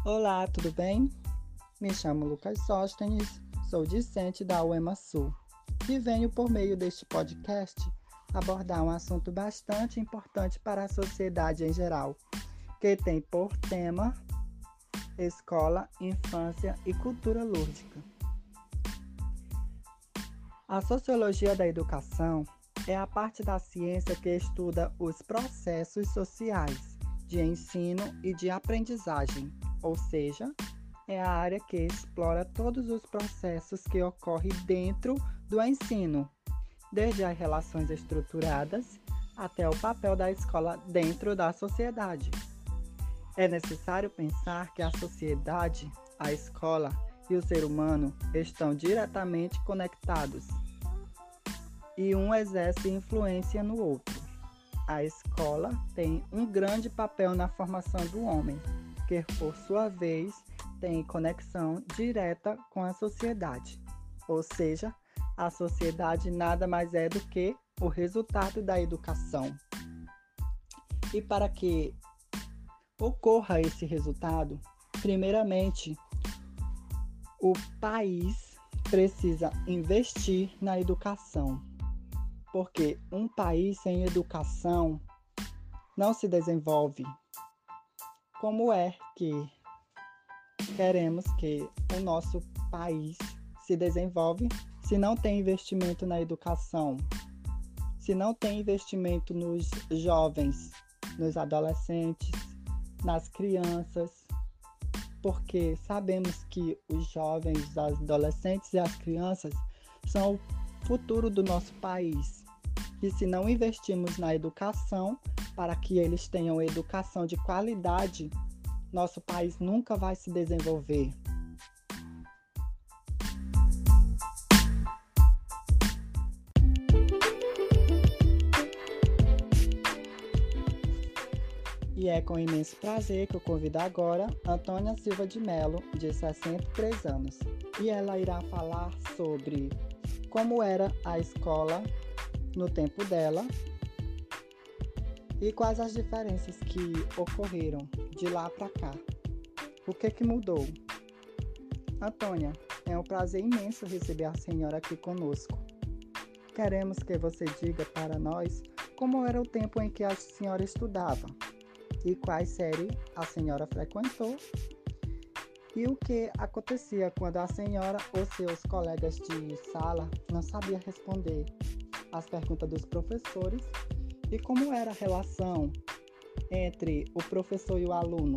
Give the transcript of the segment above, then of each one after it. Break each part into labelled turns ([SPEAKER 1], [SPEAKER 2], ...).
[SPEAKER 1] Olá, tudo bem? Me chamo Lucas Sóstenes, sou discente da UEMA-Sul e venho, por meio deste podcast, abordar um assunto bastante importante para a sociedade em geral, que tem por tema escola, infância e cultura lúdica. A sociologia da educação é a parte da ciência que estuda os processos sociais de ensino e de aprendizagem, ou seja, é a área que explora todos os processos que ocorrem dentro do ensino, desde as relações estruturadas até o papel da escola dentro da sociedade. É necessário pensar que a sociedade, a escola e o ser humano estão diretamente conectados e um exerce influência no outro. A escola tem um grande papel na formação do homem, que, por sua vez, tem conexão direta com a sociedade. Ou seja, a sociedade nada mais é do que o resultado da educação. E para que ocorra esse resultado, primeiramente, o país precisa investir na educação. Porque um país sem educação não se desenvolve. Como é que queremos que o nosso país se desenvolva se não tem investimento na educação? Se não tem investimento nos jovens, nos adolescentes, nas crianças? Porque sabemos que os jovens, os adolescentes e as crianças são o futuro do nosso país. E se não investirmos na educação, para que eles tenham educação de qualidade, nosso país nunca vai se desenvolver. E é com imenso prazer que eu convido agora Antônia Silva de Mello, de 63 anos. E ela irá falar sobre como era a escola no tempo dela e quais as diferenças que ocorreram de lá para cá. O que mudou? Antônia, é um prazer imenso receber a senhora aqui conosco. Queremos que você diga para nós como era o tempo em que a senhora estudava e quais séries a senhora frequentou e o que acontecia quando a senhora ou seus colegas de sala não sabiam responder as perguntas dos professores e como era a relação entre o professor e o aluno.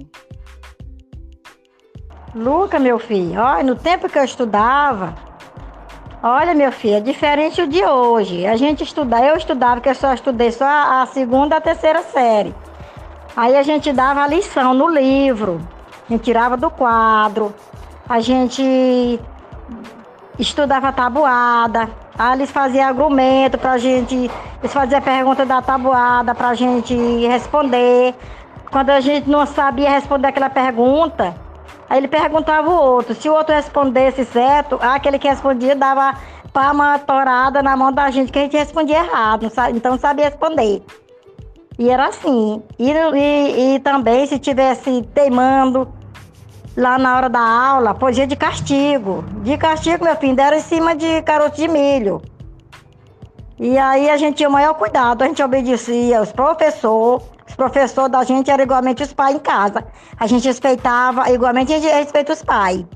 [SPEAKER 2] Luca, meu filho, olha, no tempo que eu estudava, olha, meu filho, é diferente o de hoje. Eu estudava, que eu só estudei só a segunda e a terceira série. Aí a gente dava a lição no livro, a gente tirava do quadro, a gente estudava tabuada, aí eles faziam argumento pra gente, eles faziam a pergunta da tabuada pra gente responder. Quando a gente não sabia responder aquela pergunta, aí ele perguntava o outro. Se o outro respondesse certo, aquele que respondia dava palma torada na mão da gente, que a gente respondia errado, então não sabia responder. E era assim. E também, se tivesse teimando lá na hora da aula, podia de castigo. De castigo, meu filho, era em cima de caroço de milho. E aí a gente tinha o maior cuidado, a gente obedecia os professores da gente eram igualmente os pais em casa. A gente respeitava, igualmente a gente respeita os pais.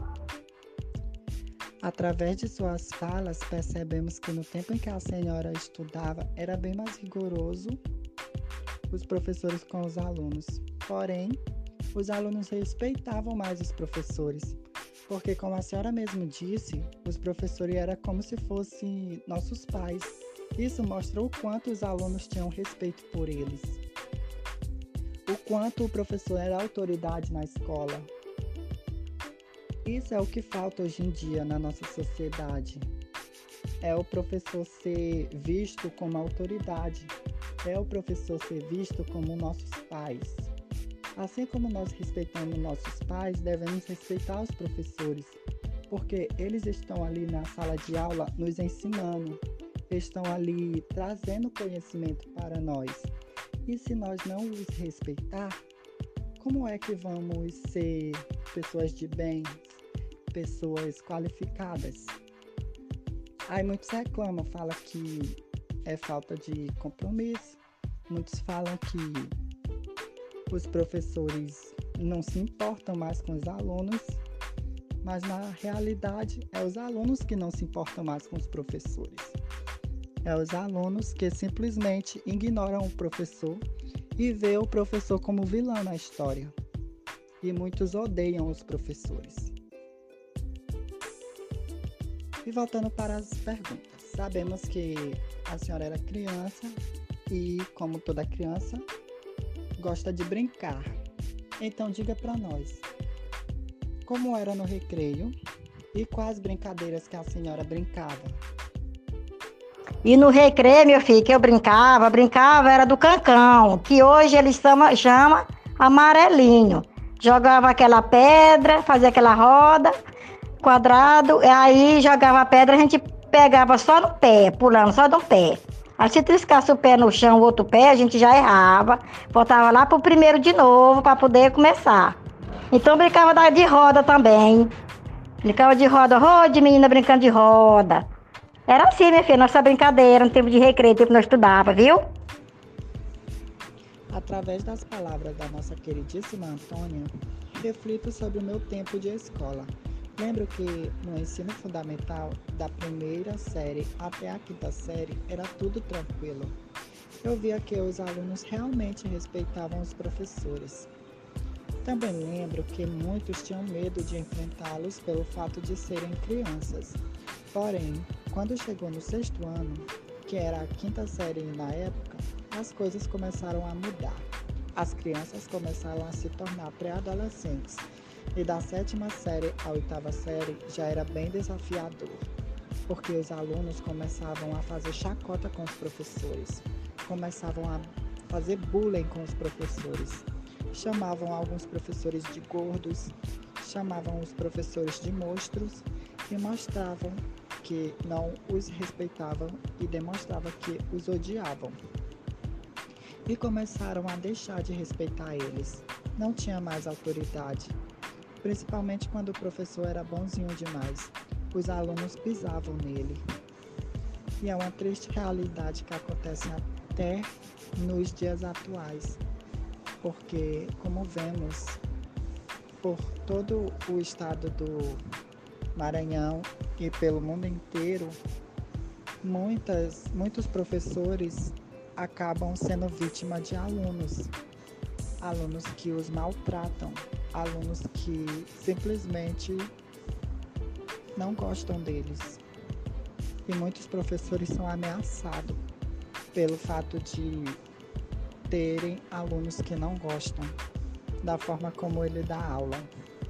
[SPEAKER 1] Através de suas falas, percebemos que no tempo em que a senhora estudava, era bem mais rigoroso os professores com os alunos. Porém, os alunos respeitavam mais os professores, porque, como a senhora mesmo disse, os professores eram como se fossem nossos pais. Isso mostrou o quanto os alunos tinham respeito por eles, o quanto o professor era autoridade na escola. Isso é o que falta hoje em dia na nossa sociedade. É o professor ser visto como autoridade. É o professor ser visto como nossos pais. Assim como nós respeitamos nossos pais, devemos respeitar os professores, porque eles estão ali na sala de aula nos ensinando, estão ali trazendo conhecimento para nós. E se nós não os respeitar, como é que vamos ser pessoas de bem, pessoas qualificadas. Aí muitos reclamam, falam que é falta de compromisso. Muitos falam que os professores não se importam mais com os alunos, mas na realidade é os alunos que não se importam mais com os professores. É os alunos que simplesmente ignoram o professor e vê o professor como vilão na história. E muitos odeiam os professores. E voltando para as perguntas. Sabemos que a senhora era criança e, como toda criança, gosta de brincar. Então diga para nós, como era no recreio e quais brincadeiras que a senhora brincava?
[SPEAKER 2] E no recreio, meu filho, que eu brincava era do cancão, que hoje eles chama amarelinho. Jogava aquela pedra, fazia aquela roda, quadrado, e aí jogava a pedra, a gente pegava só no pé, pulando só no pé. Aí se triscasse o pé no chão, o outro pé, a gente já errava, voltava lá pro primeiro de novo para poder começar. Então brincava de roda também. Brincava de roda, de menina brincando de roda. Era assim, minha filha, nossa brincadeira, no tempo de recreio, no tempo que nós estudava, viu?
[SPEAKER 1] Através das palavras da nossa queridíssima Antônia, reflito sobre o meu tempo de escola. Lembro que no ensino fundamental, da primeira série até a quinta série, era tudo tranquilo. Eu via que os alunos realmente respeitavam os professores. Também lembro que muitos tinham medo de enfrentá-los pelo fato de serem crianças. Porém, quando chegou no sexto ano, que era a quinta série na época, as coisas começaram a mudar. As crianças começaram a se tornar pré-adolescentes. E da sétima série à oitava série já era bem desafiador, porque os alunos começavam a fazer chacota com os professores, começavam a fazer bullying com os professores, chamavam alguns professores de gordos, chamavam os professores de monstros e mostravam que não os respeitavam e demonstravam que os odiavam. E começaram a deixar de respeitar eles, não tinha mais autoridade. Principalmente quando o professor era bonzinho demais, os alunos pisavam nele. E é uma triste realidade que acontece até nos dias atuais, porque, como vemos, por todo o estado do Maranhão e pelo mundo inteiro, muitos professores acabam sendo vítima de alunos que os maltratam, alunos que simplesmente não gostam deles. E muitos professores são ameaçados pelo fato de terem alunos que não gostam da forma como ele dá aula.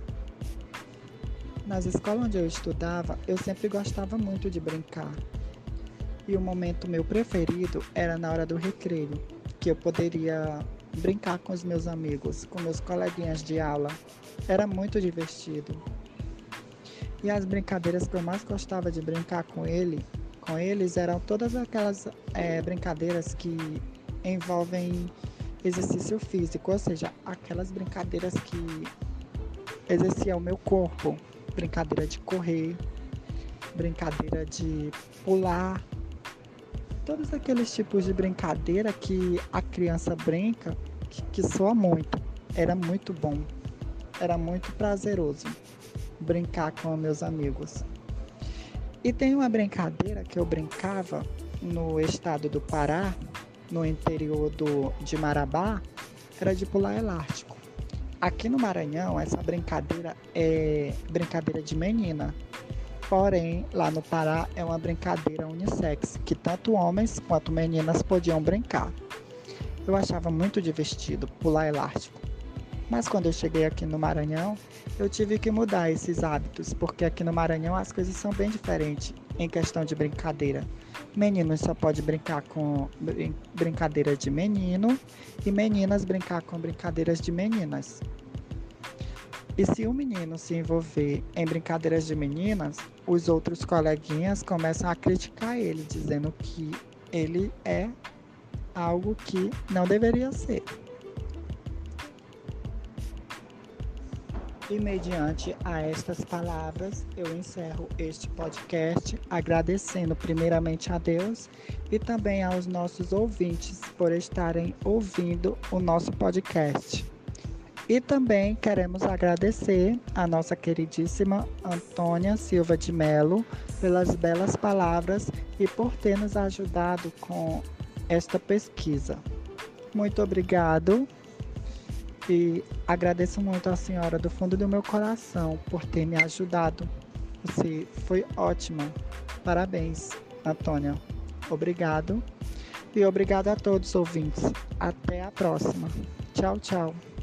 [SPEAKER 1] Nas escolas onde eu estudava, eu sempre gostava muito de brincar. E o momento meu preferido era na hora do recreio, que eu poderia brincar com os meus amigos, com meus coleguinhas de aula. Era muito divertido. E as brincadeiras que eu mais gostava de brincar com eles eram todas aquelas brincadeiras que envolvem exercício físico, ou seja, aquelas brincadeiras que exerciam o meu corpo. Brincadeira de correr, brincadeira de pular, todos aqueles tipos de brincadeira que a criança brinca, que soa muito. Era muito bom, era muito prazeroso brincar com meus amigos. E tem uma brincadeira que eu brincava no estado do Pará, no interior de Marabá, era de pular elástico. Aqui no Maranhão, essa brincadeira é brincadeira de menina. Porém, lá no Pará é uma brincadeira unissex, que tanto homens quanto meninas podiam brincar. Eu achava muito divertido pular elástico. Mas quando eu cheguei aqui no Maranhão, eu tive que mudar esses hábitos, porque aqui no Maranhão as coisas são bem diferentes em questão de brincadeira. Meninos só podem brincar com brincadeira de menino e meninas brincar com brincadeiras de meninas. E se um menino se envolver em brincadeiras de meninas, os outros coleguinhas começam a criticar ele, dizendo que ele é algo que não deveria ser. E mediante a estas palavras, eu encerro este podcast agradecendo primeiramente a Deus e também aos nossos ouvintes por estarem ouvindo o nosso podcast. E também queremos agradecer a nossa queridíssima Antônia Silva de Melo pelas belas palavras e por ter nos ajudado com esta pesquisa. Muito obrigado e agradeço muito à senhora do fundo do meu coração por ter me ajudado. Você foi ótima. Parabéns, Antônia. Obrigado. E obrigado a todos os ouvintes. Até a próxima. Tchau, tchau.